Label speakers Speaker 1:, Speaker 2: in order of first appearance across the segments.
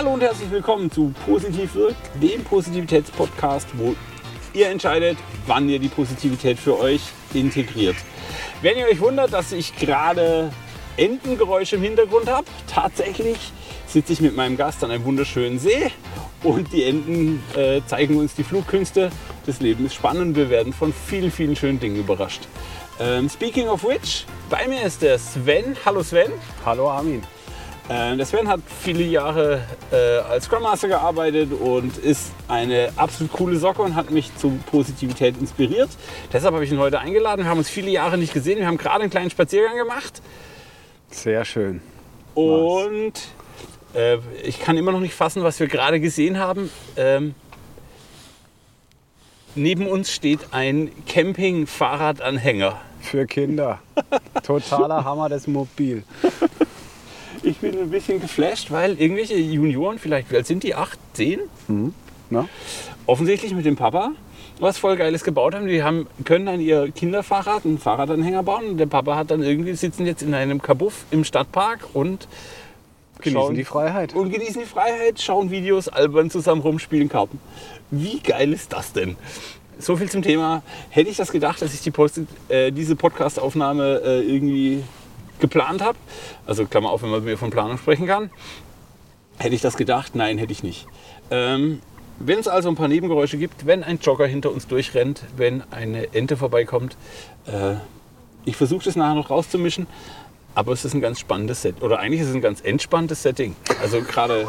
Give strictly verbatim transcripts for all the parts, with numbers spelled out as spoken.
Speaker 1: Hallo und herzlich willkommen zu Positiv Wirkt, dem Positivitätspodcast, wo ihr entscheidet, wann ihr die Positivität für euch integriert. Wenn ihr euch wundert, dass ich gerade Entengeräusche im Hintergrund habe, tatsächlich sitze ich mit meinem Gast an einem wunderschönen See und die Enten äh, zeigen uns die Flugkünste. Das Leben ist spannend, wir werden von vielen, vielen schönen Dingen überrascht. Ähm, speaking of which, bei mir ist der Sven. Hallo Sven.
Speaker 2: Hallo Armin.
Speaker 1: Ähm, der Sven hat viele Jahre äh, als Scrum Master gearbeitet und ist eine absolut coole Socke und hat mich zu Positivität inspiriert. Deshalb habe ich ihn heute eingeladen. Wir haben uns viele Jahre nicht gesehen. Wir haben gerade einen kleinen Spaziergang gemacht.
Speaker 2: Sehr schön.
Speaker 1: Und äh, ich kann immer noch nicht fassen, was wir gerade gesehen haben. Ähm, neben uns steht ein Camping-Fahrradanhänger.
Speaker 2: Für Kinder. Totaler Hammer, das Mobil.
Speaker 1: Ich bin ein bisschen geflasht, weil irgendwelche Junioren, vielleicht, wie alt sind die? acht, zehn?
Speaker 2: Mhm. Ja.
Speaker 1: Offensichtlich mit dem Papa was voll Geiles gebaut haben. Die haben, können an ihr Kinderfahrrad einen Fahrradanhänger bauen. Und der Papa hat dann irgendwie, sitzen jetzt in einem Kabuff im Stadtpark und
Speaker 2: Genießen
Speaker 1: schauen,
Speaker 2: die Freiheit.
Speaker 1: Und genießen die Freiheit, schauen Videos, albern zusammen rumspielen, Karten. Wie geil ist das denn? So viel zum Thema. Hätte ich das gedacht, dass ich die Post, äh, diese Podcast-Aufnahme äh, irgendwie geplant habe, also Klammer auf, wenn man mir von Planung sprechen kann, hätte ich das gedacht? Nein, hätte ich nicht. Ähm, wenn es also ein paar Nebengeräusche gibt, wenn ein Jogger hinter uns durchrennt, wenn eine Ente vorbeikommt, äh, ich versuche das nachher noch rauszumischen, aber es ist ein ganz spannendes Set. Oder eigentlich ist es ein ganz entspanntes Setting. Also gerade...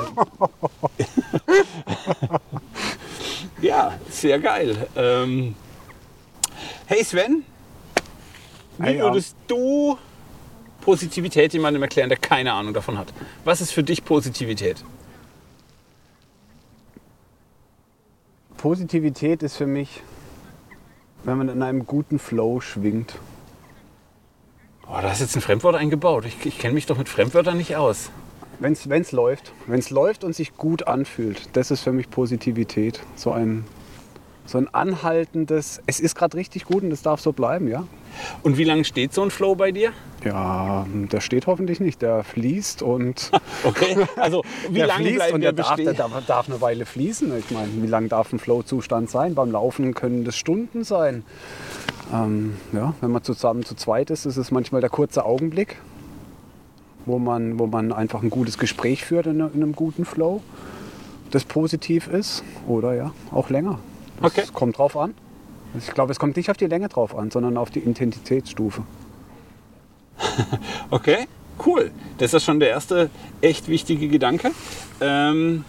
Speaker 1: ja, sehr geil. Ähm, hey Sven, wie
Speaker 2: Hey, ja.
Speaker 1: würdest du Positivität jemandem erklären, der keine Ahnung davon hat? Was ist für dich Positivität?
Speaker 2: Positivität ist für mich, wenn man in einem guten Flow schwingt.
Speaker 1: Oh, da ist jetzt ein Fremdwort eingebaut. Ich, ich kenne mich doch mit Fremdwörtern nicht aus.
Speaker 2: Wenn es läuft. Wenn es läuft und sich gut anfühlt, das ist für mich Positivität. So ein, so ein anhaltendes, es ist gerade richtig gut und das darf so bleiben, ja.
Speaker 1: Und wie lange steht so ein Flow bei dir?
Speaker 2: Ja, der steht hoffentlich nicht, der fließt und...
Speaker 1: Okay, also wie
Speaker 2: der
Speaker 1: lange
Speaker 2: fließt
Speaker 1: bleibt
Speaker 2: und
Speaker 1: der
Speaker 2: der darf, der
Speaker 1: bestehen?
Speaker 2: darf, darf eine Weile fließen. Ich meine, wie lange darf ein Flow-Zustand sein? Beim Laufen können das Stunden sein. Ähm, ja, wenn man zusammen zu zweit ist, ist es manchmal der kurze Augenblick, wo man, wo man einfach ein gutes Gespräch führt in, in einem guten Flow, das positiv ist. Oder ja, auch länger. Das
Speaker 1: Okay.
Speaker 2: kommt drauf an. Ich glaube, es kommt nicht auf die Länge drauf an, sondern auf die Intensitätsstufe.
Speaker 1: Okay, cool. Das ist schon der erste echt wichtige Gedanke. Ähm,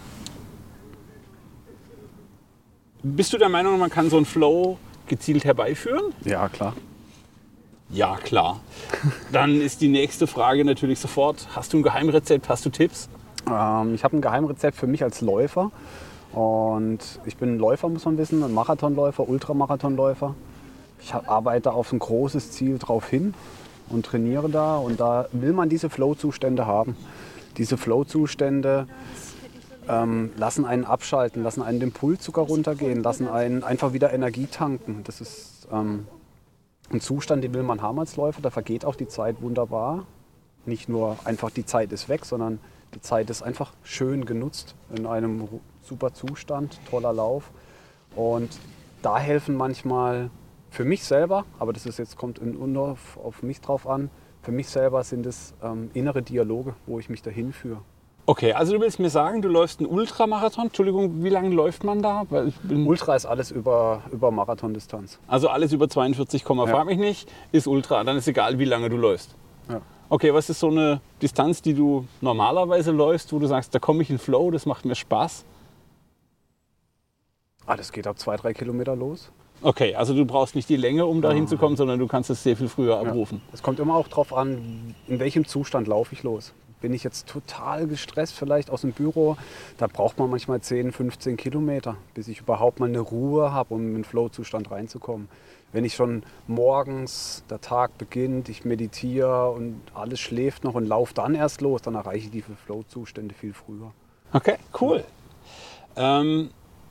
Speaker 1: bist du der Meinung, man kann so einen Flow gezielt herbeiführen?
Speaker 2: Ja, klar.
Speaker 1: Ja, klar. Dann ist die nächste Frage natürlich sofort, hast du ein Geheimrezept, hast du Tipps?
Speaker 2: Ähm, ich habe ein Geheimrezept für mich als Läufer. Und ich bin ein Läufer, muss man wissen, ein Marathonläufer, Ultramarathonläufer. Ich hab, arbeite auf ein großes Ziel drauf hin und trainiere da. Und da will man diese Flow-Zustände haben. Diese Flow-Zustände ähm, lassen einen abschalten, lassen einen den Puls sogar runtergehen, lassen einen einfach wieder Energie tanken. Das ist ähm, ein Zustand, den will man haben als Läufer. Da vergeht auch die Zeit wunderbar. Nicht nur einfach die Zeit ist weg, sondern die Zeit ist einfach schön genutzt in einem super Zustand, toller Lauf. Und da helfen manchmal für mich selber, aber das ist jetzt kommt nur auf, auf mich drauf an, für mich selber sind es ähm, innere Dialoge, wo ich mich dahin führe.
Speaker 1: Okay, also du willst mir sagen, du läufst einen Ultramarathon. Entschuldigung, wie lange läuft man da? Weil ich bin
Speaker 2: Ultra ist alles über, über Marathondistanz.
Speaker 1: also alles über zweiundvierzig,
Speaker 2: Ja.
Speaker 1: frag mich nicht, ist Ultra. Dann ist egal, wie lange du läufst.
Speaker 2: Ja.
Speaker 1: Okay, was ist so eine Distanz, die du normalerweise läufst, wo du sagst, da komme ich in Flow, das macht mir Spaß?
Speaker 2: Ah, das geht ab zwei, drei Kilometer los.
Speaker 1: Okay, also du brauchst nicht die Länge, um da
Speaker 2: Ah.
Speaker 1: hinzukommen, sondern du kannst es sehr viel früher
Speaker 2: Ja.
Speaker 1: abrufen.
Speaker 2: Es kommt immer auch drauf an, in welchem Zustand laufe ich los. Bin ich jetzt total gestresst vielleicht aus dem Büro, da braucht man manchmal zehn, fünfzehn Kilometer, bis ich überhaupt mal eine Ruhe habe, um in den Flow-Zustand reinzukommen. Wenn ich schon morgens, der Tag beginnt, ich meditiere und alles schläft noch und laufe dann erst los, dann erreiche ich diese Flow-Zustände viel früher.
Speaker 1: Okay, cool. Ähm,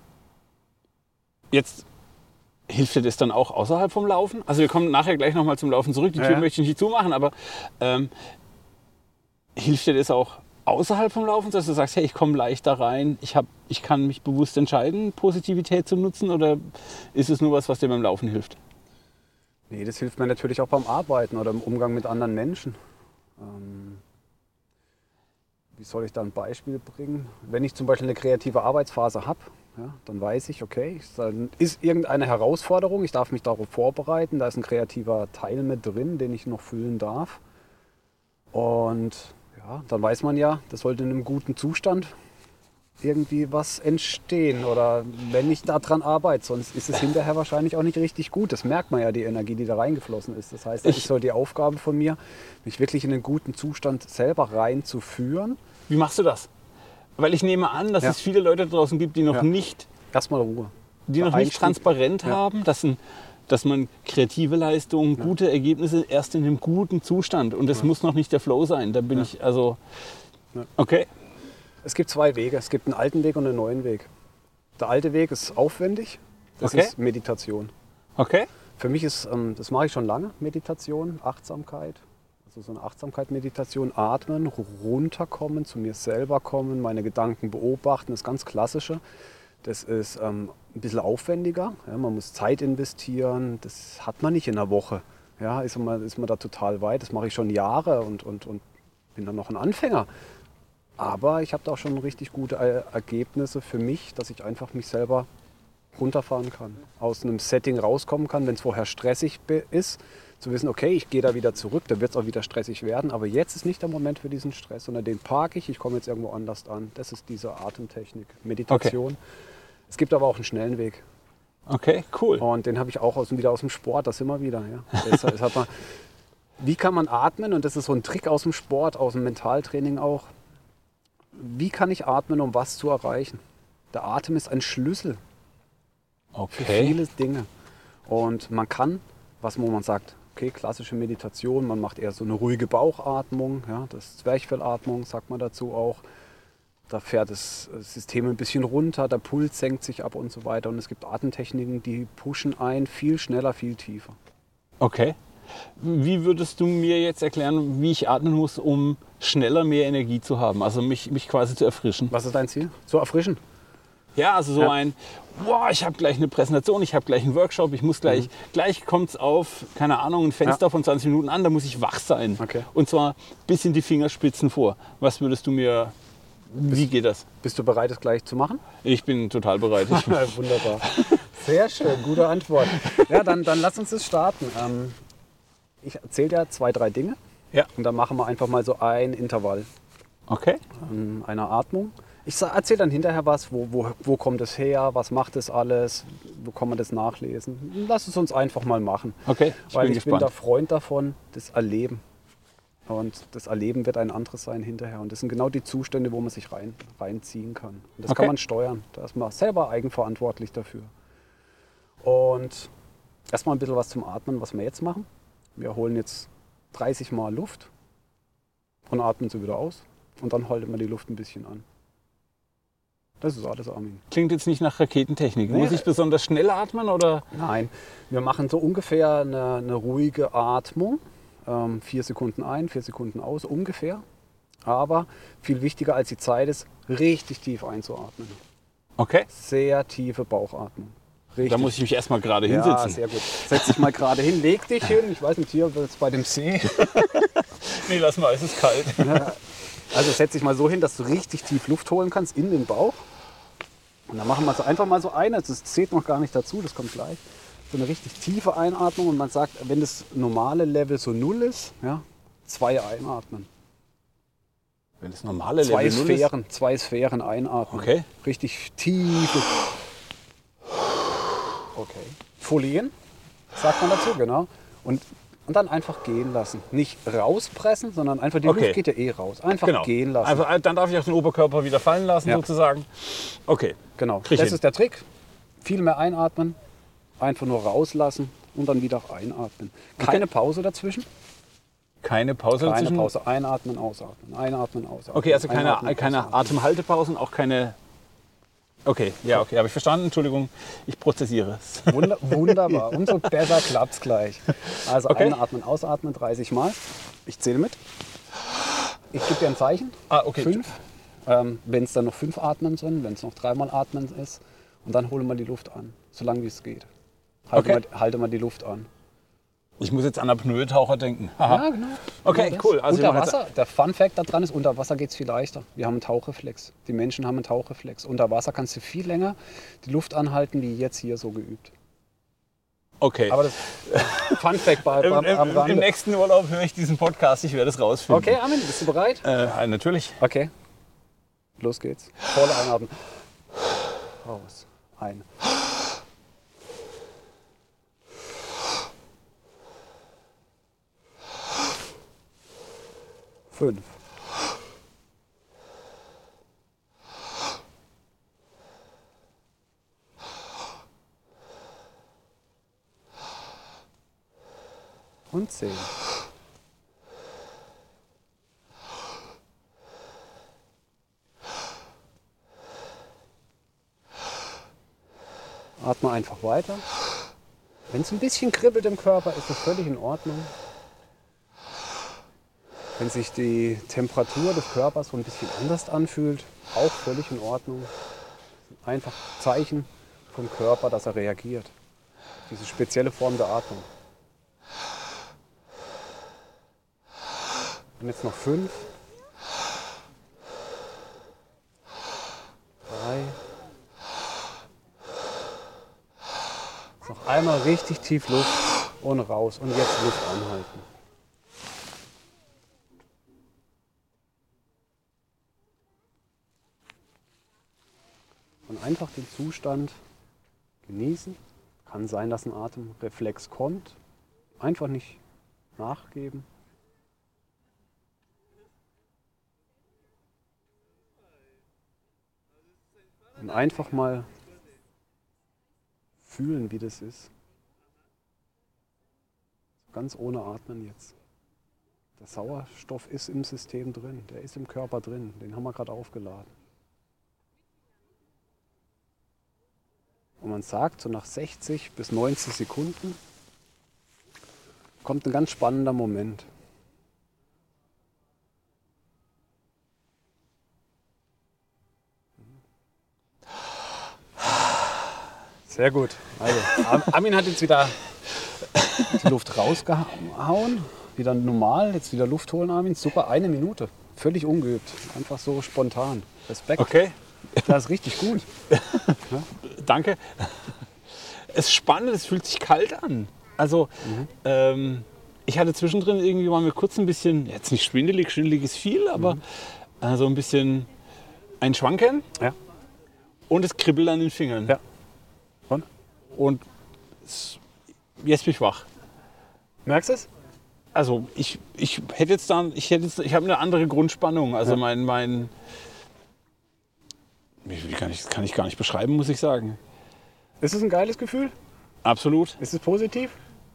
Speaker 1: jetzt hilft dir das dann auch außerhalb vom Laufen? Also wir kommen nachher gleich nochmal zum Laufen zurück. Die Tür
Speaker 2: Ja.
Speaker 1: möchte ich nicht zumachen, aber ähm, hilft dir das auch außerhalb vom Laufen, dass du sagst, hey, ich komme leicht da rein, ich, hab, ich kann mich bewusst entscheiden, Positivität zu nutzen, oder ist es nur was, was dir beim Laufen hilft?
Speaker 2: Nee, das hilft mir natürlich auch beim Arbeiten oder im Umgang mit anderen Menschen. Ähm, wie soll ich da ein Beispiel bringen? Wenn ich zum Beispiel eine kreative Arbeitsphase habe, ja, dann weiß ich, okay, dann ist irgendeine Herausforderung, ich darf mich darauf vorbereiten, da ist ein kreativer Teil mit drin, den ich noch füllen darf. Und ja, dann weiß man ja, das sollte in einem guten Zustand irgendwie was entstehen oder wenn ich daran arbeite, sonst ist es hinterher wahrscheinlich auch nicht richtig gut. Das merkt man ja, die Energie, die da reingeflossen ist. Das heißt, das ist so die Aufgabe von mir, mich wirklich in einen guten Zustand selber reinzuführen.
Speaker 1: Wie machst du das? Weil ich nehme an, dass
Speaker 2: Ja.
Speaker 1: es viele Leute da draußen gibt, die noch
Speaker 2: Ja.
Speaker 1: nicht,
Speaker 2: Erstmal Ruhe.
Speaker 1: die
Speaker 2: Der
Speaker 1: noch nicht
Speaker 2: Einstieg.
Speaker 1: transparent
Speaker 2: Ja.
Speaker 1: haben, dass, ein, dass man kreative Leistungen,
Speaker 2: Ja.
Speaker 1: gute Ergebnisse erst in einem guten Zustand, und das
Speaker 2: Ja.
Speaker 1: muss noch nicht der Flow sein. Da bin
Speaker 2: Ja.
Speaker 1: ich also,
Speaker 2: Ja.
Speaker 1: okay.
Speaker 2: Es gibt zwei Wege. Es gibt einen alten Weg und einen neuen Weg. Der alte Weg ist aufwendig. Das
Speaker 1: Okay.
Speaker 2: ist Meditation.
Speaker 1: Okay.
Speaker 2: Für mich ist, ähm, das mache ich schon lange, Meditation, Achtsamkeit. Also so eine Achtsamkeit-Meditation, atmen, runterkommen, zu mir selber kommen, meine Gedanken beobachten, das ganz Klassische. Das ist ähm, ein bisschen aufwendiger. Ja, man muss Zeit investieren. Das hat man nicht in einer Woche. Ja, ist man, ist man da total weit. Das mache ich schon Jahre und, und, und bin dann noch ein Anfänger. Aber ich habe da auch schon richtig gute Er- Ergebnisse für mich, dass ich einfach mich selber runterfahren kann, aus einem Setting rauskommen kann, wenn es vorher stressig be- ist, zu wissen, okay, ich gehe da wieder zurück, dann wird es auch wieder stressig werden, aber jetzt ist nicht der Moment für diesen Stress, sondern den parke ich, ich komme jetzt irgendwo anders an. Das ist diese Atemtechnik, Meditation. Es gibt aber auch einen schnellen Weg
Speaker 1: Okay, cool.
Speaker 2: und den habe ich auch aus, wieder aus dem Sport, das immer wieder. Ja. Das, das hat man, wie kann man atmen? Und das ist so ein Trick aus dem Sport, aus dem Mentaltraining auch. Wie kann ich atmen, um was zu erreichen? Der Atem ist ein Schlüssel für
Speaker 1: Okay.
Speaker 2: viele Dinge. Und man kann, was wo man sagt, okay, klassische Meditation, man macht eher so eine ruhige Bauchatmung, ja, das ist Zwerchfellatmung, sagt man dazu auch. Da fährt das System ein bisschen runter, der Puls senkt sich ab und so weiter. Und es gibt Atemtechniken, die pushen ein viel schneller, viel tiefer.
Speaker 1: Okay. Wie würdest du mir jetzt erklären, wie ich atmen muss, um schneller mehr Energie zu haben? Also mich, mich quasi zu erfrischen.
Speaker 2: Was ist dein Ziel? So erfrischen?
Speaker 1: Ja, also so
Speaker 2: Ja.
Speaker 1: ein, boah, ich habe gleich eine Präsentation, ich habe gleich einen Workshop, ich muss gleich, gleich kommt es auf, keine Ahnung, ein Fenster
Speaker 2: Ja.
Speaker 1: von zwanzig Minuten an, da muss ich wach sein.
Speaker 2: Okay.
Speaker 1: Und zwar bis in die Fingerspitzen vor. Was würdest du mir, wie geht das?
Speaker 2: Bist du bereit, es gleich zu machen?
Speaker 1: Ich bin total bereit. Ich,
Speaker 2: Wunderbar. Sehr schön, gute Antwort. Ja, dann, dann lass uns das starten. Ähm, ich erzähle dir zwei, drei Dinge
Speaker 1: ja,
Speaker 2: und dann machen wir einfach mal so ein Intervall
Speaker 1: okay.
Speaker 2: ähm, einer Atmung. Ich erzähle dann hinterher was, wo, wo, wo kommt es her, was macht es alles, wo kann man das nachlesen. Lass es uns einfach mal machen.
Speaker 1: Okay, ich
Speaker 2: Weil
Speaker 1: bin
Speaker 2: ich bin
Speaker 1: gespannt.
Speaker 2: der Freund davon, das Erleben. Und das Erleben wird ein anderes sein hinterher. Und das sind genau die Zustände, wo man sich rein, reinziehen kann. Und das
Speaker 1: Okay.
Speaker 2: kann man steuern. Da ist man selber eigenverantwortlich dafür. Und erstmal ein bisschen was zum Atmen, was wir jetzt machen. Wir holen jetzt dreißig Mal Luft und atmen sie wieder aus. Und dann halten wir die Luft ein bisschen an. Das ist alles, Armin.
Speaker 1: Klingt jetzt nicht nach Raketentechnik.
Speaker 2: Nee.
Speaker 1: Muss ich besonders schnell atmen oder?
Speaker 2: Nein, wir machen so ungefähr eine, eine ruhige Atmung. Ähm, vier Sekunden ein, vier Sekunden aus, ungefähr. Aber viel wichtiger als die Zeit ist, richtig tief einzuatmen.
Speaker 1: Okay,
Speaker 2: Sehr tiefe Bauchatmung. Richtig.
Speaker 1: da muss ich mich erstmal gerade
Speaker 2: Ja,
Speaker 1: hinsetzen.
Speaker 2: sehr gut. Setz dich mal gerade hin, leg dich hin. Ich weiß nicht, hier jetzt bei dem See.
Speaker 1: Nee, lass mal, es ist kalt.
Speaker 2: Also setz dich mal so hin, dass du richtig tief Luft holen kannst in den Bauch. Und dann machen wir so einfach mal so eine, das zählt noch gar nicht dazu, das kommt gleich. So eine richtig tiefe Einatmung und man sagt, wenn das normale Level so null ist, ja, zwei einatmen.
Speaker 1: Wenn das normale
Speaker 2: Zwei
Speaker 1: Level null ist.
Speaker 2: Sphären, zwei Sphären einatmen.
Speaker 1: Okay.
Speaker 2: Richtig tief. Okay. Folien, sagt man dazu, genau. Und, und dann einfach gehen lassen. Nicht rauspressen, sondern einfach, die
Speaker 1: Okay.
Speaker 2: Luft geht ja eh raus. Einfach
Speaker 1: Genau.
Speaker 2: gehen lassen.
Speaker 1: Einfach, dann darf ich auch den Oberkörper wieder fallen lassen,
Speaker 2: Ja.
Speaker 1: sozusagen. Okay.
Speaker 2: Genau,
Speaker 1: Krieg ich
Speaker 2: das
Speaker 1: hin.
Speaker 2: ist der Trick. Viel mehr einatmen, einfach nur rauslassen und dann wieder einatmen. Keine Pause dazwischen.
Speaker 1: Keine Pause
Speaker 2: Keine
Speaker 1: dazwischen.
Speaker 2: Pause. Einatmen, ausatmen. Einatmen, ausatmen.
Speaker 1: Okay, also keine,
Speaker 2: Einatmen,
Speaker 1: keine
Speaker 2: ausatmen.
Speaker 1: Atemhaltepausen, auch keine. Okay, ja, okay, habe ich verstanden. Entschuldigung, ich prozessiere es.
Speaker 2: Wunder, wunderbar. Umso besser klappt es gleich. Also
Speaker 1: Okay.
Speaker 2: einatmen, ausatmen, dreißig Mal. Ich zähle mit. ich gebe dir ein Zeichen.
Speaker 1: Ah, okay.
Speaker 2: Fünf. Ähm, wenn es dann noch fünf Atmen sind, wenn es noch dreimal Atmen ist. Und dann holen wir die Luft an, solange wie es geht. Halte,
Speaker 1: Okay.
Speaker 2: mal, halte mal die Luft an.
Speaker 1: Ich muss jetzt an Apnoe-Taucher denken. Aha.
Speaker 2: Ja, genau.
Speaker 1: Okay,
Speaker 2: Genau das.
Speaker 1: cool. Also
Speaker 2: unter
Speaker 1: ich mach jetzt-
Speaker 2: Wasser, der Fun Fact da dran ist, unter Wasser geht es viel leichter. Wir haben einen Tauchreflex. Die Menschen haben einen Tauchreflex. Unter Wasser kannst du viel länger die Luft anhalten, wie jetzt hier so geübt.
Speaker 1: Okay.
Speaker 2: Aber das Fun Fact bei,
Speaker 1: Im,
Speaker 2: am, am
Speaker 1: im,
Speaker 2: Rande.
Speaker 1: Im nächsten Urlaub höre ich diesen Podcast. Ich werde es rausfinden.
Speaker 2: Okay, Armin, bist du bereit?
Speaker 1: Äh, natürlich.
Speaker 2: Okay. Los geht's. Volle Einatmen. Raus. Ein. Fünf. Und zehn. Atme einfach weiter. Wenn es ein bisschen kribbelt im Körper, ist das völlig in Ordnung. Wenn sich die Temperatur des Körpers so ein bisschen anders anfühlt, auch völlig in Ordnung. Einfach Zeichen vom Körper, dass er reagiert. Diese spezielle Form der Atmung. Und jetzt noch fünf. Drei. Jetzt noch einmal richtig tief Luft und raus. Und jetzt Luft anhalten. Und einfach den Zustand genießen. Kann sein, dass ein Atemreflex kommt. Einfach nicht nachgeben. Und einfach mal fühlen, wie das ist. Ganz ohne Atmen jetzt. Der Sauerstoff ist im System drin, der ist im Körper drin, den haben wir gerade aufgeladen. Und man sagt, so nach sechzig bis neunzig Sekunden kommt ein ganz spannender Moment. Sehr gut. Also, Armin hat jetzt wieder die Luft rausgehauen. Wieder normal. Jetzt wieder Luft holen, Armin. Super, eine Minute. Völlig ungeübt. Einfach so spontan. Respekt.
Speaker 1: Okay.
Speaker 2: Das ist richtig gut.
Speaker 1: Danke. Es ist spannend, es fühlt sich kalt an. Also, mhm. ähm, ich hatte zwischendrin irgendwie mal mir kurz ein bisschen, jetzt nicht schwindelig, schwindelig ist viel, aber mhm. äh, so ein bisschen ein Schwanken.
Speaker 2: Ja.
Speaker 1: Und es kribbelt an den Fingern.
Speaker 2: Ja. Und?
Speaker 1: Und es, jetzt bin ich wach.
Speaker 2: Merkst du es?
Speaker 1: Also ich, ich hätte jetzt dann, ich hätte jetzt, ich habe eine andere Grundspannung. Also ja. mein, mein, wie kann ich, das kann ich gar nicht beschreiben, muss ich sagen.
Speaker 2: Ist es ein geiles Gefühl?
Speaker 1: Absolut.
Speaker 2: Ist es positiv?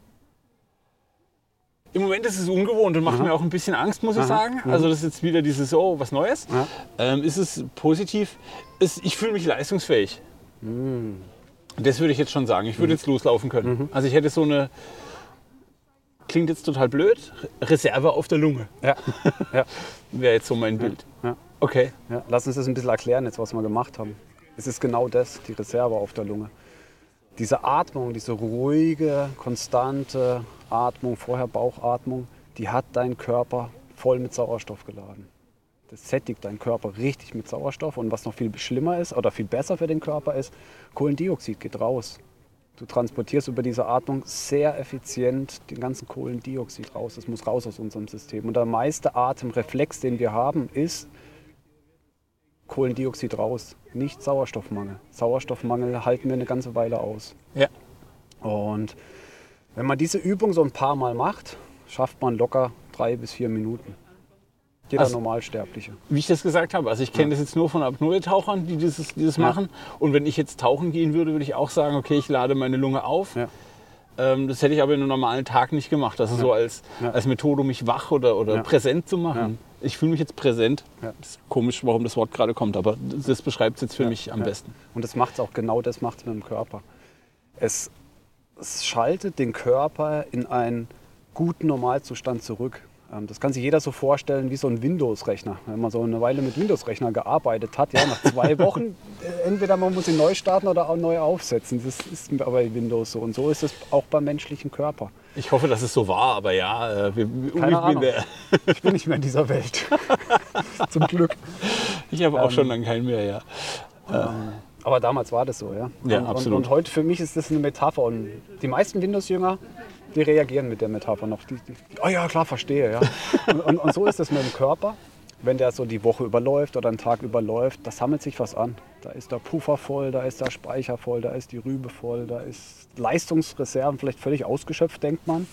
Speaker 1: Im Moment ist es ungewohnt und macht Aha. mir auch ein bisschen Angst, muss ich Aha. sagen. Also das ist jetzt wieder dieses, oh, was Neues. Ähm, ist es positiv? Ist, ich fühle mich leistungsfähig. Mhm. Das würde ich jetzt schon sagen. Ich würde mhm. jetzt loslaufen können. Mhm. Also ich hätte so eine, klingt jetzt total blöd, Reserve auf der Lunge.
Speaker 2: Ja. ja.
Speaker 1: Wäre jetzt so mein Bild.
Speaker 2: Ja.
Speaker 1: Okay.
Speaker 2: Ja. Lass uns das ein bisschen erklären, jetzt, was wir gemacht haben. Es ist genau das, die Reserve auf der Lunge. Diese Atmung, diese ruhige, konstante Atmung, vorher Bauchatmung, die hat deinen Körper voll mit Sauerstoff geladen. Das sättigt deinen Körper richtig mit Sauerstoff. Und was noch viel schlimmer ist oder viel besser für den Körper ist, Kohlendioxid geht raus. Du transportierst über diese Atmung sehr effizient den ganzen Kohlendioxid raus. Das muss raus aus unserem System. Und der meiste Atemreflex, den wir haben, ist Kohlendioxid raus, nicht Sauerstoffmangel. Sauerstoffmangel halten wir eine ganze Weile aus.
Speaker 1: Ja.
Speaker 2: Und wenn man diese Übung so ein paar Mal macht, schafft man locker drei bis vier Minuten. Jeder also, Normalsterbliche.
Speaker 1: Wie ich das gesagt habe, also ich kenne ja. das jetzt nur von Apnoe-Tauchern, die dieses, die das ja. machen. Und wenn ich jetzt tauchen gehen würde, würde ich auch sagen, okay, ich lade meine Lunge auf. Ja. Ähm, das hätte ich aber in einem normalen Tag nicht gemacht. Also ja. so als, ja. als Methode, um mich wach oder, oder ja. präsent zu machen. Ja. Ich fühle mich jetzt präsent. Ja. Das ist komisch, warum das Wort gerade kommt, aber das beschreibt es jetzt für ja. mich am ja. besten.
Speaker 2: Und das macht es auch, genau das macht es mit dem Körper. Es, es schaltet den Körper in einen guten Normalzustand zurück. Ähm, das kann sich jeder so vorstellen wie so ein Windows-Rechner. Wenn man so eine Weile mit Windows-Rechner gearbeitet hat, ja, nach zwei Wochen, äh, entweder man muss ihn neu starten oder auch neu aufsetzen. Das ist bei Windows so. Und so ist es auch beim menschlichen Körper.
Speaker 1: Ich hoffe, dass es so war, aber ja, äh, wir,
Speaker 2: Keine
Speaker 1: ich,
Speaker 2: Ahnung.
Speaker 1: bin der,
Speaker 2: Ich bin nicht mehr in dieser Welt. Zum Glück.
Speaker 1: ich habe auch
Speaker 2: Ähm,
Speaker 1: schon lange keinen mehr, ja.
Speaker 2: Ähm, aber damals war das so, ja.
Speaker 1: Ja,
Speaker 2: und,
Speaker 1: absolut.
Speaker 2: Und, und heute für mich ist das eine Metapher. Und die meisten Windows-Jünger, die reagieren mit der Metapher noch. Die, die, oh ja, klar, verstehe, ja. Und, und, und so ist es mit dem Körper. Wenn der so die Woche überläuft oder einen Tag überläuft, da sammelt sich was an. Da ist der Puffer voll, da ist der Speicher voll, da ist die Rübe voll, da ist Leistungsreserven vielleicht völlig ausgeschöpft, denkt man.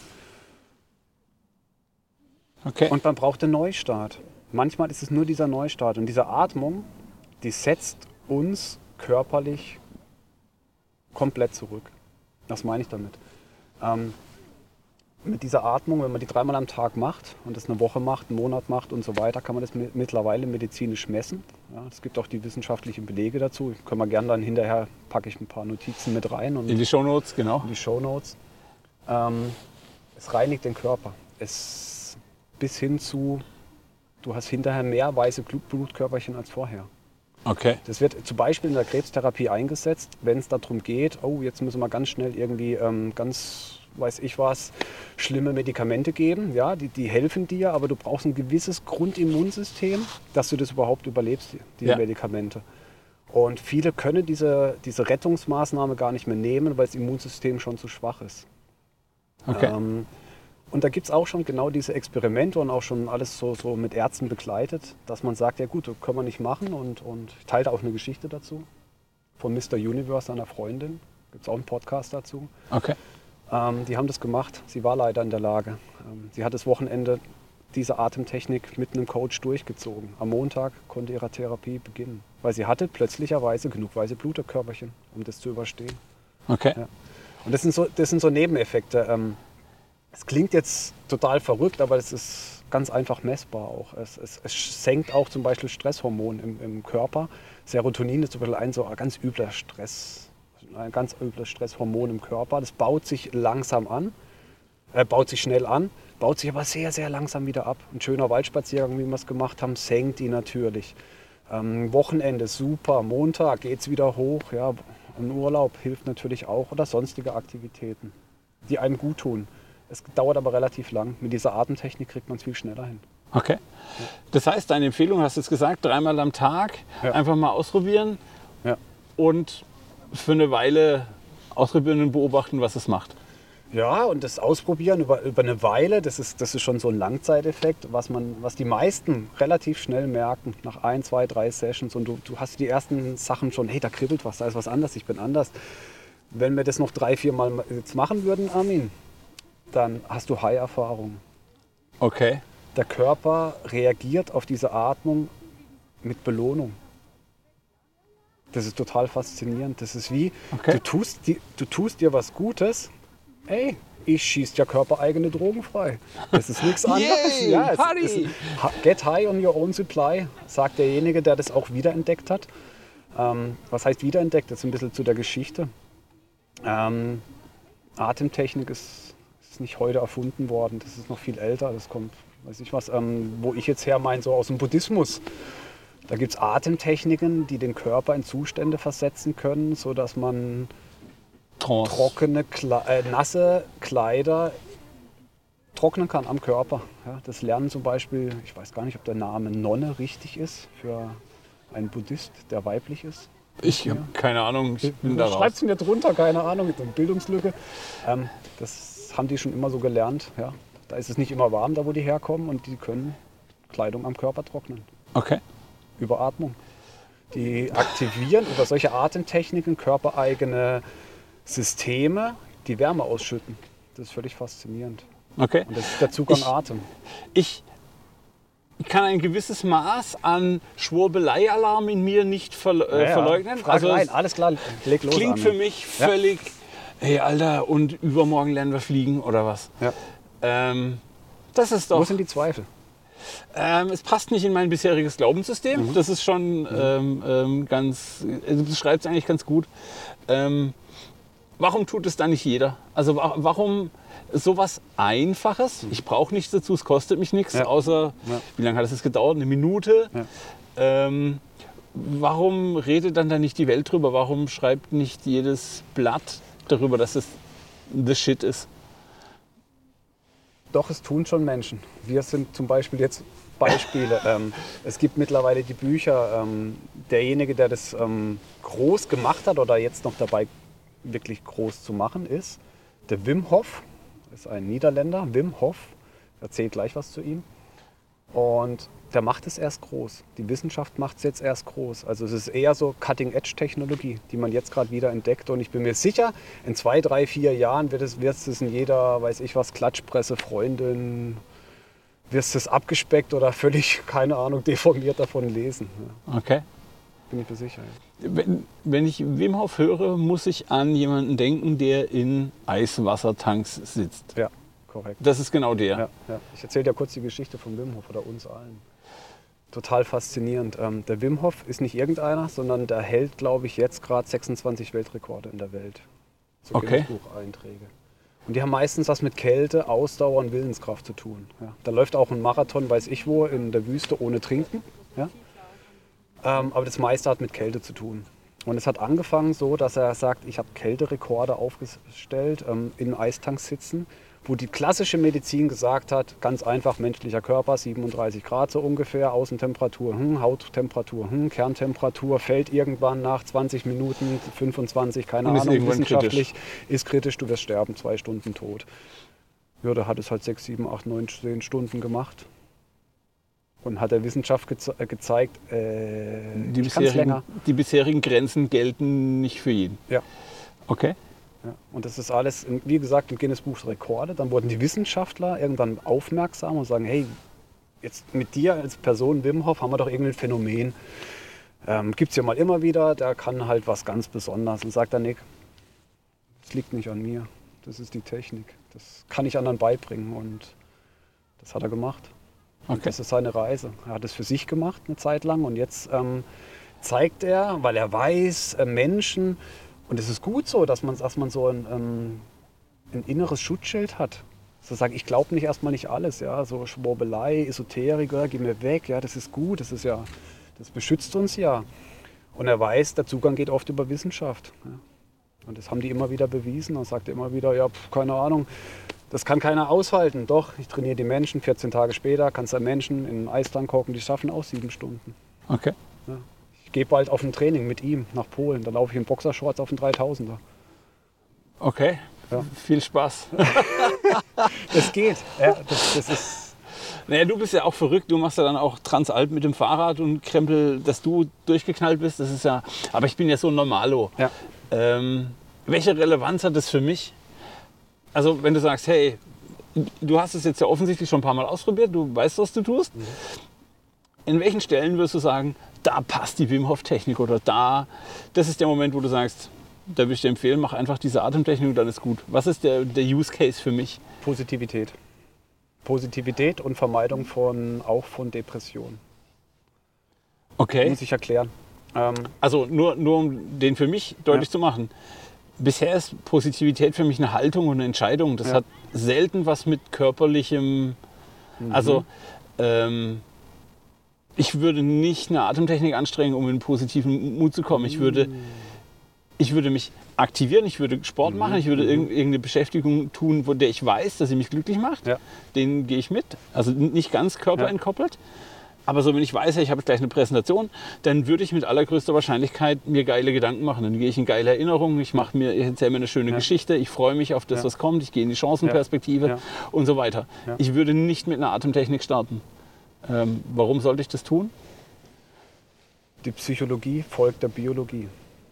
Speaker 1: Okay.
Speaker 2: Und man braucht einen Neustart. Manchmal ist es nur dieser Neustart. Und diese Atmung, die setzt uns körperlich komplett zurück. Was meine ich damit? Ähm, mit dieser Atmung, wenn man die dreimal am Tag macht und das eine Woche macht, einen Monat macht und so weiter, kann man das mi- mittlerweile medizinisch messen. Ja, es gibt auch die wissenschaftlichen Belege dazu. Können wir gerne dann hinterher, packe ich ein paar Notizen mit rein und
Speaker 1: In die Shownotes, genau.
Speaker 2: in die Shownotes. Ähm, es reinigt den Körper. Es bis hin zu, du hast hinterher mehr weiße Blut- Blutkörperchen als vorher.
Speaker 1: Okay.
Speaker 2: Das wird zum Beispiel in der Krebstherapie eingesetzt, wenn es darum geht, oh, jetzt müssen wir ganz schnell irgendwie ähm, ganz, weiß ich was, schlimme Medikamente geben. Ja, die, die helfen dir, aber du brauchst ein gewisses Grundimmunsystem, dass du das überhaupt überlebst, die, diese
Speaker 1: Ja.
Speaker 2: Medikamente. Und viele können diese, diese Rettungsmaßnahme gar nicht mehr nehmen, weil das Immunsystem schon zu schwach ist.
Speaker 1: Okay.
Speaker 2: Ähm, und da gibt es auch schon genau diese Experimente und auch schon alles so, so mit Ärzten begleitet, dass man sagt, ja gut, das können wir nicht machen. Und, und ich teile da auch eine Geschichte dazu von Mister Universe, seiner Freundin. Gibt es auch einen Podcast dazu.
Speaker 1: Okay.
Speaker 2: Ähm, die haben das gemacht. Sie war leider in der Lage. Ähm, sie hat das Wochenende diese Atemtechnik mit einem Coach durchgezogen. Am Montag konnte ihre Therapie beginnen, weil sie hatte plötzlicherweise genug weiße Blutkörperchen, um das zu überstehen.
Speaker 1: Okay.
Speaker 2: Ja. Und das sind so, das sind so Nebeneffekte. Ähm, es klingt jetzt total verrückt, aber es ist ganz einfach messbar auch. Es, es, es senkt auch zum Beispiel Stresshormone im, im Körper. Serotonin ist zum Beispiel ein so ein ganz übler Stress, ein ganz übles Stresshormon im Körper. Das baut sich langsam an, äh, baut sich schnell an, baut sich aber sehr, sehr langsam wieder ab. Ein schöner Waldspaziergang, wie wir es gemacht haben, senkt die natürlich. Ähm, Wochenende, super. Montag geht es wieder hoch. Ja. Ein Urlaub hilft natürlich auch oder sonstige Aktivitäten, die einem gut tun. Es dauert aber relativ lang. Mit dieser Atemtechnik kriegt man es viel schneller hin.
Speaker 1: Okay. Das heißt, deine Empfehlung, hast du jetzt gesagt, dreimal am Tag
Speaker 2: Ja.
Speaker 1: einfach mal ausprobieren
Speaker 2: Ja.
Speaker 1: und für eine Weile ausprobieren und beobachten, was es macht.
Speaker 2: Ja, und das Ausprobieren über, über eine Weile, das ist, das ist schon so ein Langzeiteffekt, was, man, was die meisten relativ schnell merken, nach ein, zwei, drei Sessions. Und du, du hast die ersten Sachen schon, hey, da kribbelt was, da ist was anders, ich bin anders. Wenn wir das noch drei, vier Mal jetzt machen würden, Armin, dann hast du High-Erfahrung.
Speaker 1: Okay.
Speaker 2: Der Körper reagiert auf diese Atmung mit Belohnung. Das ist total faszinierend. Das ist wie,
Speaker 1: Okay.
Speaker 2: du, tust, di- du tust dir was Gutes, ey, ich schieße ja körpereigene Drogen frei. Das ist nichts anderes.
Speaker 1: Yay,
Speaker 2: ja, es,
Speaker 1: Party!
Speaker 2: es, ha- get high on your own supply, sagt derjenige, der das auch wiederentdeckt hat. Ähm, was heißt wiederentdeckt? Jetzt ein bisschen zu der Geschichte. Ähm, Atemtechnik ist, ist nicht heute erfunden worden, das ist noch viel älter. Das kommt, weiß ich was, ähm, wo ich jetzt her meine, so aus dem Buddhismus. Da gibt es Atemtechniken, die den Körper in Zustände versetzen können, sodass man
Speaker 1: Trance.
Speaker 2: trockene, Kle äh, nasse Kleider trocknen kann am Körper. Ja, das lernen zum Beispiel, ich weiß gar nicht, ob der Name Nonne richtig ist für einen Buddhist, der weiblich ist.
Speaker 1: Ich habe keine Ahnung, ich bin da
Speaker 2: Schreibt
Speaker 1: raus.
Speaker 2: es mir drunter, keine Ahnung, mit einer Bildungslücke. Ähm, das haben die schon immer so gelernt. Ja. Da ist es nicht immer warm, da wo die herkommen, und die können Kleidung am Körper trocknen.
Speaker 1: Okay.
Speaker 2: Über Atmung. Die aktivieren über solche Atemtechniken körpereigene Systeme, die Wärme ausschütten. Das ist völlig faszinierend.
Speaker 1: Okay.
Speaker 2: Und das ist der Zugang
Speaker 1: Ich-
Speaker 2: Atem.
Speaker 1: Ich kann ein gewisses Maß an Schwurbelei-Alarm in mir nicht verle äh,
Speaker 2: Ja, ja.
Speaker 1: verleugnen.
Speaker 2: Frag
Speaker 1: Also
Speaker 2: rein,
Speaker 1: es
Speaker 2: alles klar, leg los.
Speaker 1: klingt für
Speaker 2: Armin.
Speaker 1: mich
Speaker 2: Ja.
Speaker 1: völlig, hey Alter, und übermorgen lernen wir fliegen oder was?
Speaker 2: Ja.
Speaker 1: Ähm, das ist
Speaker 2: Wo
Speaker 1: doch,
Speaker 2: sind die Zweifel?
Speaker 1: ähm, es passt nicht in mein bisheriges Glaubenssystem.
Speaker 2: Mhm.
Speaker 1: Das ist schon ähm, ähm, ganz, also das schreibt es eigentlich ganz gut. Ähm, warum tut es dann nicht jeder? Also wa- warum sowas Einfaches? Ich brauche nichts dazu, es kostet mich nichts,
Speaker 2: Ja.
Speaker 1: außer,
Speaker 2: Ja.
Speaker 1: wie lange hat es gedauert? Eine Minute.
Speaker 2: Ja.
Speaker 1: Ähm, warum redet dann da nicht die Welt drüber? Warum schreibt nicht jedes Blatt darüber, dass es the shit ist?
Speaker 2: Doch, es tun schon Menschen. Wir sind zum Beispiel jetzt Beispiele. ähm, es gibt mittlerweile die Bücher, ähm, derjenige, der das ähm, groß gemacht hat oder jetzt noch dabei wirklich groß zu machen ist, der Wim Hof, ist ein Niederländer, Wim Hof, erzählt gleich was zu ihm. Und der macht es erst groß. Die Wissenschaft macht es jetzt erst groß. Also es ist eher so Cutting-Edge-Technologie, die man jetzt gerade wieder entdeckt. Und ich bin mir sicher, in zwei, drei, vier Jahren wird es, wird es in jeder, weiß ich was, Klatschpresse, Freundin, wirst es abgespeckt oder völlig, keine Ahnung, deformiert davon lesen. Ja,
Speaker 1: Okay.
Speaker 2: bin ich mir sicher. Ja.
Speaker 1: Wenn, wenn ich Wim Hof höre, muss ich an jemanden denken, der in Eiswassertanks sitzt.
Speaker 2: Ja, korrekt.
Speaker 1: Das ist genau der.
Speaker 2: Ja, ja. Ich erzähle dir kurz die Geschichte von Wim Hof oder uns allen. Total faszinierend. Ähm, der Wim Hof ist nicht irgendeiner, sondern der hält, glaube ich, jetzt gerade sechsundzwanzig Weltrekorde in der Welt. So
Speaker 1: Okay.
Speaker 2: Guinness-Buch-Einträge. Und die haben meistens was mit Kälte, Ausdauer und Willenskraft zu tun. Ja. Da läuft auch ein Marathon, weiß ich wo, in der Wüste ohne Trinken. Ja. Ähm, aber das meiste hat mit Kälte zu tun. Und es hat angefangen so, dass er sagt, ich habe Kälterekorde aufgestellt, ähm, in Eistanks sitzen, wo die klassische Medizin gesagt hat, ganz einfach, menschlicher Körper, siebenunddreißig Grad so ungefähr, Außentemperatur, hm, Hauttemperatur, hm, Kerntemperatur, fällt irgendwann nach zwanzig Minuten, fünfundzwanzig, keine
Speaker 1: Und ist
Speaker 2: Ahnung,
Speaker 1: irgendwann
Speaker 2: wissenschaftlich, ist kritisch, du wirst sterben, zwei Stunden tot. Ja, da hat es halt sechs, sieben, acht, neun, zehn Stunden gemacht. Und hat der Wissenschaft geze äh, gezeigt, äh,
Speaker 1: Die
Speaker 2: ich kann's
Speaker 1: bisherigen,
Speaker 2: länger.
Speaker 1: die bisherigen Grenzen gelten nicht für jeden.
Speaker 2: Ja.
Speaker 1: Okay.
Speaker 2: Ja. Und das ist alles, in- wie gesagt, im Guinness-Buch der Rekorde. Dann wurden die Wissenschaftler irgendwann aufmerksam und sagen, hey, jetzt mit dir als Person Wim Hof haben wir doch irgendein Phänomen. Ähm, Gibt es ja mal immer wieder, der kann halt was ganz Besonderes. Und sagt dann Nick, das liegt nicht an mir, das ist die Technik. Das kann ich anderen beibringen und das hat er gemacht. Und
Speaker 1: Okay.
Speaker 2: das ist seine Reise. Er hat es für sich gemacht eine Zeit lang und jetzt ähm, zeigt er, weil er weiß, äh, Menschen, und es ist gut so, dass man, dass man so ein, ähm, ein inneres Schutzschild hat. So sagt, ich glaube nicht erstmal nicht alles, ja, so Schwurbelei, Esoterik, ja, geh mir weg, ja, das ist gut, das ist ja, das beschützt uns ja. Und er weiß, der Zugang geht oft über Wissenschaft. Ja. Und das haben die immer wieder bewiesen. Und sagt immer wieder, ja, pf, keine Ahnung, das kann keiner aushalten. Doch, ich trainiere die Menschen, vierzehn Tage später kannst du Menschen in einen Eistank hocken, die schaffen auch sieben Stunden.
Speaker 1: Okay.
Speaker 2: Ja. Ich gehe bald auf ein Training mit ihm nach Polen. Da laufe ich in Boxershorts auf den dreitausender.
Speaker 1: Okay.
Speaker 2: Ja.
Speaker 1: Viel Spaß.
Speaker 2: Das geht. Ja, das, das ist,
Speaker 1: Naja, du bist ja auch verrückt. Du machst ja dann auch Transalp mit dem Fahrrad und Krempel, dass du durchgeknallt bist. Das ist ja. Aber ich bin ja so ein Normalo.
Speaker 2: ja.
Speaker 1: Ähm, welche Relevanz hat das für mich? Also, wenn du sagst, hey, du hast es jetzt ja offensichtlich schon ein paar Mal ausprobiert, du weißt, was du tust. Mhm. In welchen Stellen wirst du sagen, da passt die Wim Hof Technik oder da, das ist der Moment, wo du sagst, da würde ich dir empfehlen, mach einfach diese Atemtechnik und dann ist gut. Was ist der, der Use Case für mich?
Speaker 2: Positivität. Positivität und Vermeidung von, auch von Depressionen.
Speaker 1: Okay.
Speaker 2: Muss ich erklären. Ähm,
Speaker 1: Also nur, nur um den für mich deutlich
Speaker 2: Ja.
Speaker 1: zu machen. Bisher ist Positivität für mich eine Haltung und eine Entscheidung. Das
Speaker 2: Ja.
Speaker 1: hat selten was mit körperlichem. Also ähm, ich würde nicht eine Atemtechnik anstrengen, um in einen positiven Mut zu kommen. Ich würde, ich würde mich aktivieren, ich würde Sport machen, ich würde irg- irgendeine Beschäftigung tun, wo der ich weiß, dass sie mich glücklich macht.
Speaker 2: Ja.
Speaker 1: Den gehe ich mit. Also nicht ganz körperentkoppelt. Aber so, wenn ich weiß, ich habe jetzt gleich eine Präsentation, dann würde ich mit allergrößter Wahrscheinlichkeit mir geile Gedanken machen. Dann gehe ich in geile Erinnerungen, ich mache mir, ich erzähle mir eine schöne
Speaker 2: Ja.
Speaker 1: Geschichte, ich freue mich auf das,
Speaker 2: Ja.
Speaker 1: was kommt, ich gehe in die Chancenperspektive
Speaker 2: Ja.
Speaker 1: und so weiter.
Speaker 2: Ja.
Speaker 1: Ich würde nicht mit einer Atemtechnik starten. Ähm, warum sollte ich das tun?
Speaker 2: Die Psychologie folgt der Biologie.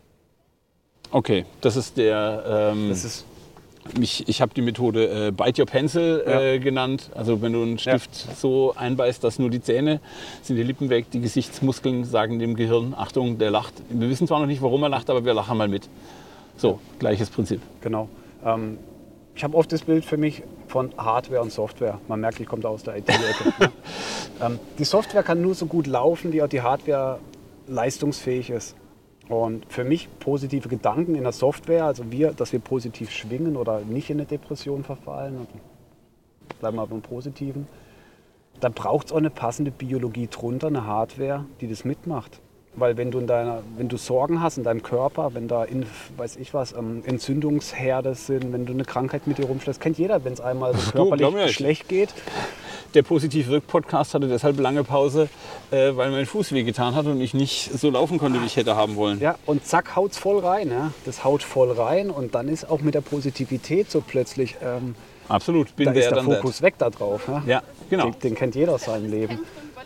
Speaker 1: Okay, das ist der. Ähm,
Speaker 2: Das ist
Speaker 1: ich ich habe die Methode äh, Bite Your Pencil äh, genannt. Also wenn du einen Stift so einbeißt, dass nur die Zähne sind, die Lippen weg, die Gesichtsmuskeln sagen dem Gehirn, Achtung, der lacht. Wir wissen zwar noch nicht, warum er lacht, aber wir lachen mal mit. So, gleiches Prinzip.
Speaker 2: Genau. Ähm, ich habe oft das Bild für mich von Hardware und Software. Man merkt, ich komme da aus der I T-Ecke. ne? ähm, die Software kann nur so gut laufen, wie auch die Hardware leistungsfähig ist. Und für mich positive Gedanken in der Software, also wir, dass wir positiv schwingen oder nicht in eine Depression verfallen, also bleiben wir beim Positiven, da braucht es auch eine passende Biologie drunter, eine Hardware, die das mitmacht. Weil wenn du, in deiner, wenn du Sorgen hast in deinem Körper, wenn da, in, weiß ich was, ähm, Entzündungsherde sind, wenn du eine Krankheit mit dir rumschlägst, kennt jeder, wenn es einmal so körperlich
Speaker 1: du,
Speaker 2: schlecht geht.
Speaker 1: Der Positiv-Wirk-Podcast hatte deshalb lange Pause, äh, weil mein Fuß wehgetan hat und ich nicht so laufen konnte, wie ich hätte haben wollen.
Speaker 2: Ja, und zack, haut's voll rein. Ja? Das haut voll rein und dann ist auch mit der Positivität so plötzlich, ähm,
Speaker 1: absolut, bin
Speaker 2: da
Speaker 1: der
Speaker 2: ist der
Speaker 1: dann
Speaker 2: Fokus weg da drauf. Ja,
Speaker 1: ja genau.
Speaker 2: Den, den kennt jeder aus seinem Leben.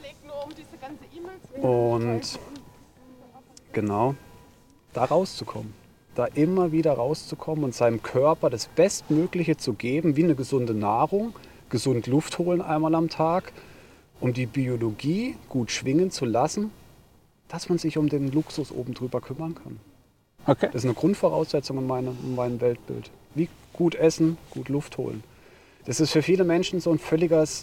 Speaker 2: Und genau, da rauszukommen. Da immer wieder rauszukommen und seinem Körper das Bestmögliche zu geben, wie eine gesunde Nahrung, gesund Luft holen einmal am Tag, um die Biologie gut schwingen zu lassen, dass man sich um den Luxus oben drüber kümmern kann.
Speaker 1: Okay.
Speaker 2: Das ist eine Grundvoraussetzung in meinem, in meinem Weltbild. Wie gut essen, gut Luft holen. Das ist für viele Menschen so ein völliges,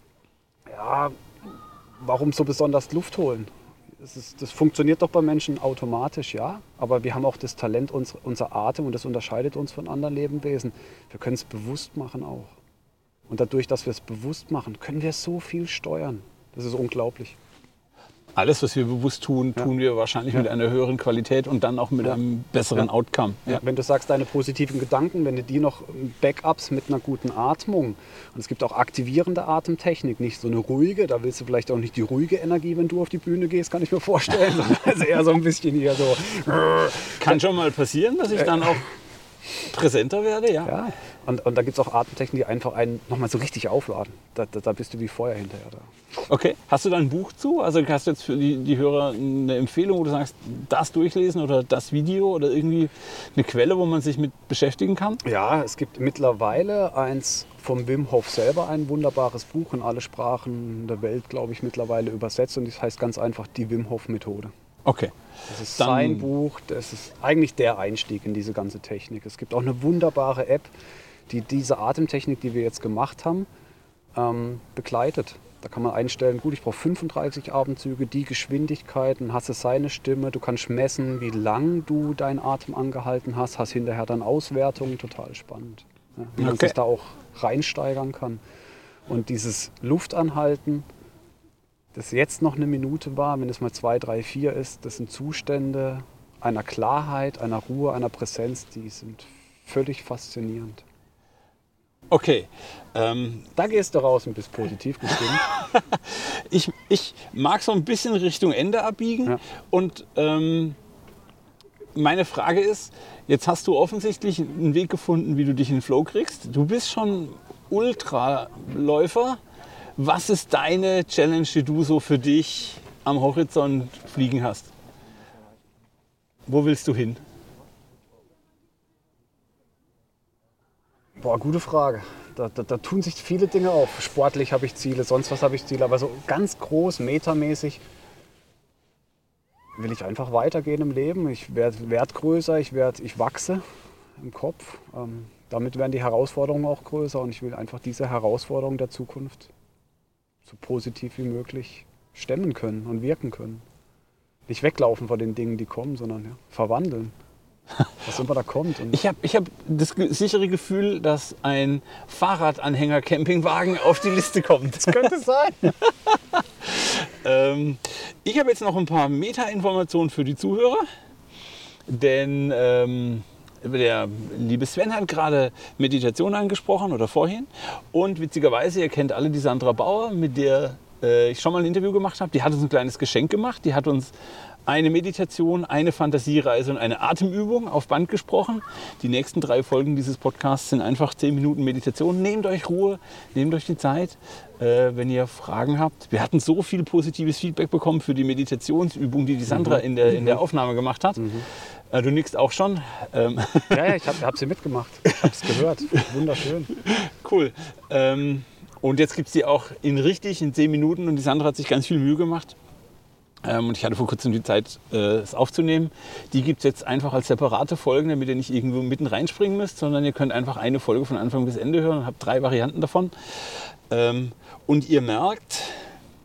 Speaker 2: ja, warum so besonders Luft holen? Das, ist, das funktioniert doch bei Menschen automatisch, ja. Aber wir haben auch das Talent, uns, unser Atem, und das unterscheidet uns von anderen Lebewesen. Wir können es bewusst machen auch. Und dadurch, dass wir es bewusst machen, können wir so viel steuern. Das ist unglaublich.
Speaker 1: Alles, was wir bewusst tun, ja. tun wir wahrscheinlich ja. mit einer höheren Qualität und dann auch mit ja. einem besseren ja. Outcome.
Speaker 2: Ja. Ja. Wenn du sagst, deine positiven Gedanken, wenn du die noch Backups mit einer guten Atmung, und es gibt auch aktivierende Atemtechnik, nicht so eine ruhige, da willst du vielleicht auch nicht die ruhige Energie, wenn du auf die Bühne gehst, kann ich mir vorstellen, sondern also eher so ein bisschen hier so.
Speaker 1: Kann schon mal passieren, dass ich dann auch präsenter werde, ja.
Speaker 2: ja. Und, und da gibt es auch Atemtechniken, die einfach einen nochmal so richtig aufladen. Da, da, da bist du wie Feuer hinterher da.
Speaker 1: Okay, hast du da ein Buch zu? Also hast du jetzt für die, die Hörer eine Empfehlung, wo du sagst, das durchlesen oder das Video oder irgendwie eine Quelle, wo man sich mit beschäftigen kann?
Speaker 2: Ja, es gibt mittlerweile eins vom Wim Hof selber, ein wunderbares Buch in alle Sprachen der Welt, glaube ich, mittlerweile übersetzt. Und das heißt ganz einfach die Wim Hof Methode.
Speaker 1: Okay.
Speaker 2: Das ist
Speaker 1: Dann
Speaker 2: sein Buch, das ist eigentlich der Einstieg in diese ganze Technik. Es gibt auch eine wunderbare App, die diese Atemtechnik, die wir jetzt gemacht haben, ähm, begleitet. Da kann man einstellen, gut, ich brauche fünfunddreißig Atemzüge, die Geschwindigkeiten, hast du seine Stimme, du kannst messen, wie lang du deinen Atem angehalten hast, hast hinterher dann Auswertungen, total spannend. Ja, wie man
Speaker 1: okay.
Speaker 2: sich da auch reinsteigern kann. Und dieses Luftanhalten, das jetzt noch eine Minute war, wenn es mal zwei, drei, vier ist, das sind Zustände einer Klarheit, einer Ruhe, einer Präsenz, die sind völlig faszinierend.
Speaker 1: Okay. Ähm,
Speaker 2: da gehst du raus und bist positiv gestimmt.
Speaker 1: ich, ich mag so ein bisschen Richtung Ende abbiegen. Ja. Und ähm, meine Frage ist, jetzt hast du offensichtlich einen Weg gefunden, wie du dich in den Flow kriegst. Du bist schon Ultraläufer. Was ist deine Challenge, die du so für dich am Horizont fliegen hast? Wo willst du hin?
Speaker 2: Boah, gute Frage. Da, da, da tun sich viele Dinge auf. Sportlich habe ich Ziele, sonst was habe ich Ziele. Aber so ganz groß, metamäßig will ich einfach weitergehen im Leben. Ich werde werd größer, ich, werd, ich wachse im Kopf. Ähm, damit werden die Herausforderungen auch größer. Und ich will einfach diese Herausforderungen der Zukunft so positiv wie möglich stemmen können und wirken können. Nicht weglaufen vor den Dingen, die kommen, sondern ja, verwandeln. Was immer da kommt. Und
Speaker 1: ich habe ich hab das sichere Gefühl, dass ein Fahrradanhänger-Campingwagen auf die Liste kommt.
Speaker 2: Das könnte sein.
Speaker 1: ähm, ich habe jetzt noch ein paar Meta-Informationen für die Zuhörer. Denn ähm, der liebe Sven hat gerade Meditation angesprochen oder vorhin. Und witzigerweise, ihr kennt alle die Sandra Bauer, mit der äh, ich schon mal ein Interview gemacht habe. Die hat uns ein kleines Geschenk gemacht. Die hat uns eine Meditation, eine Fantasiereise und eine Atemübung auf Band gesprochen. Die nächsten drei Folgen dieses Podcasts sind einfach zehn Minuten Meditation. Nehmt euch Ruhe, nehmt euch die Zeit, äh, wenn ihr Fragen habt. Wir hatten so viel positives Feedback bekommen für die Meditationsübung, die die Sandra mhm. in, der, in der Aufnahme gemacht hat. Mhm. Äh, du nickst auch schon. Ähm.
Speaker 2: Ja, ja, ich habe hab sie mitgemacht. Ich habe es gehört. Wunderschön.
Speaker 1: Cool. Ähm, und jetzt gibt es die auch in richtig, in zehn Minuten. Und die Sandra hat sich ganz viel Mühe gemacht. Ähm, und ich hatte vor kurzem die Zeit, äh, es aufzunehmen. Die gibt es jetzt einfach als separate Folgen, damit ihr nicht irgendwo mitten reinspringen müsst, sondern ihr könnt einfach eine Folge von Anfang bis Ende hören und habt drei Varianten davon. Ähm, und ihr merkt,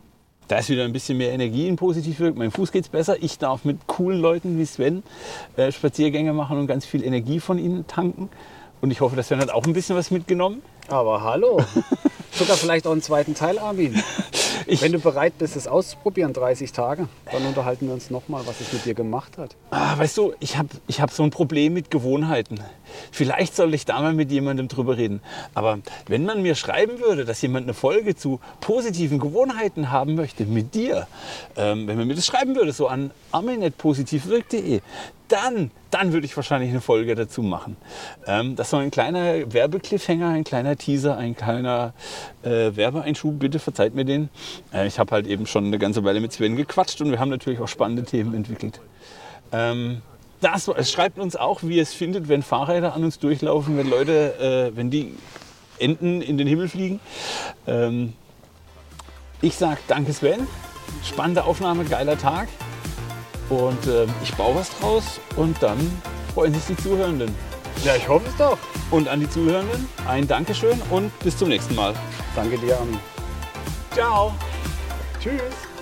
Speaker 1: Da ist wieder ein bisschen mehr Energie in positiv wirkt. Meinem Fuß geht es besser. Ich darf mit coolen Leuten wie Sven äh, Spaziergänge machen und ganz viel Energie von ihnen tanken. Und ich hoffe, dass Sven hat auch ein bisschen was mitgenommen.
Speaker 2: Aber hallo. Sogar vielleicht auch einen zweiten Teil, Armin. Ich, Wenn du bereit bist, es auszuprobieren, dreißig Tage, dann unterhalten wir uns nochmal, was es mit dir gemacht hat.
Speaker 1: Ah, weißt du, ich habe ich hab so ein Problem mit Gewohnheiten. Vielleicht soll ich da mal mit jemandem drüber reden. Aber wenn man mir schreiben würde, dass jemand eine Folge zu positiven Gewohnheiten haben möchte, mit dir, ähm, wenn man mir das schreiben würde, so an armin at positivwirkt punkt de, dann, dann würde ich wahrscheinlich eine Folge dazu machen. Ähm, das ist so ein kleiner Werbecliffhanger, ein kleiner Teaser, ein kleiner äh, Werbeeinschub. Bitte verzeiht mir den. Äh, ich habe halt eben schon eine ganze Weile mit Sven gequatscht und wir haben natürlich auch spannende Themen entwickelt. Ähm, das, es schreibt uns auch, wie ihr es findet, wenn Fahrräder an uns durchlaufen, wenn Leute, äh, wenn die Enten in den Himmel fliegen. Ähm, ich sage danke Sven, spannende Aufnahme, geiler Tag. Und äh, ich baue was draus und dann freuen sich die Zuhörenden.
Speaker 2: Ja, ich hoffe es doch.
Speaker 1: Und an die Zuhörenden ein Dankeschön und bis zum nächsten Mal.
Speaker 2: Danke dir, Armin.
Speaker 1: Ciao.
Speaker 2: Tschüss.